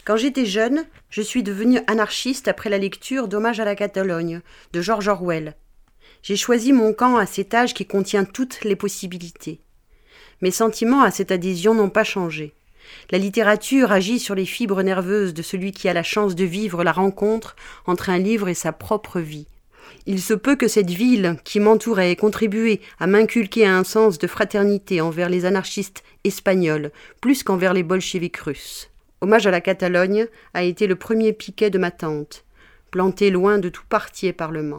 Quand j'étais jeune, je suis devenue anarchiste après la lecture d'Hommage à la Catalogne de George Orwell. J'ai choisi mon camp à cet âge qui contient toutes les possibilités. Mes sentiments à cette adhésion n'ont pas changé. La littérature agit sur les fibres nerveuses de celui qui a la chance de vivre la rencontre entre un livre et sa propre vie. Il se peut que cette ville qui m'entourait ait contribué à m'inculquer un sens de fraternité envers les anarchistes espagnols, plus qu'envers les bolcheviks russes. Hommage à la Catalogne a été le premier piquet de ma tante, planté loin de tout parti et parlement.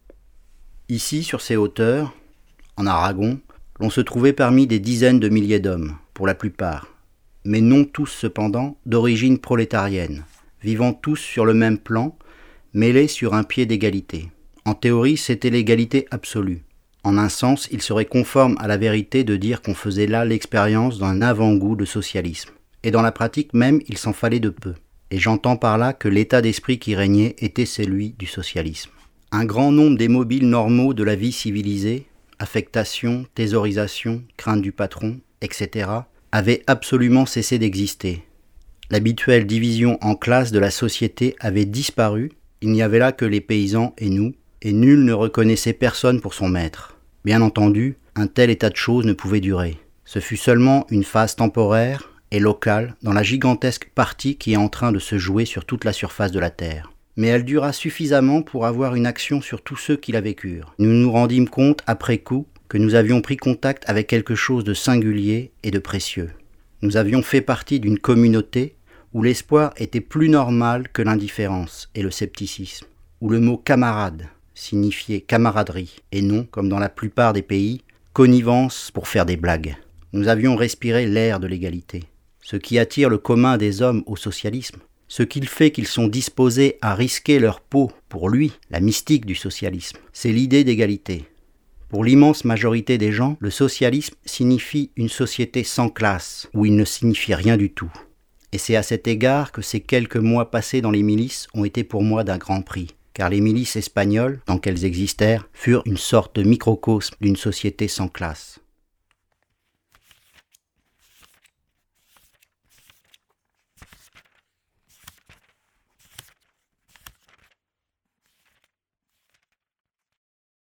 Ici, sur ces hauteurs, en Aragon, l'on se trouvait parmi des dizaines de milliers d'hommes, pour la plupart, mais non tous cependant d'origine prolétarienne, vivant tous sur le même plan, mêlés sur un pied d'égalité. En théorie, c'était l'égalité absolue. En un sens, il serait conforme à la vérité de dire qu'on faisait là l'expérience d'un avant-goût de socialisme. Et dans la pratique même, il s'en fallait de peu. Et j'entends par là que l'état d'esprit qui régnait était celui du socialisme. Un grand nombre des mobiles normaux de la vie civilisée, affectation, thésaurisation, crainte du patron, etc., avaient absolument cessé d'exister. L'habituelle division en classes de la société avait disparu, il n'y avait là que les paysans et nous, et nul ne reconnaissait personne pour son maître. Bien entendu, un tel état de choses ne pouvait durer. Ce fut seulement une phase temporaire et locale dans la gigantesque partie qui est en train de se jouer sur toute la surface de la Terre. Mais elle dura suffisamment pour avoir une action sur tous ceux qui la vécurent. Nous nous rendîmes compte, après coup, que nous avions pris contact avec quelque chose de singulier et de précieux. Nous avions fait partie d'une communauté où l'espoir était plus normal que l'indifférence et le scepticisme, où le mot « camarade » signifiait camaraderie, et non, comme dans la plupart des pays, connivence pour faire des blagues. Nous avions respiré l'air de l'égalité. Ce qui attire le commun des hommes au socialisme, ce qui fait qu'ils sont disposés à risquer leur peau pour lui, la mystique du socialisme, c'est l'idée d'égalité. Pour l'immense majorité des gens, le socialisme signifie une société sans classe, où il ne signifie rien du tout. Et c'est à cet égard que ces quelques mois passés dans les milices ont été pour moi d'un grand prix. Car les milices espagnoles, tant qu'elles existèrent, furent une sorte de microcosme d'une société sans classe.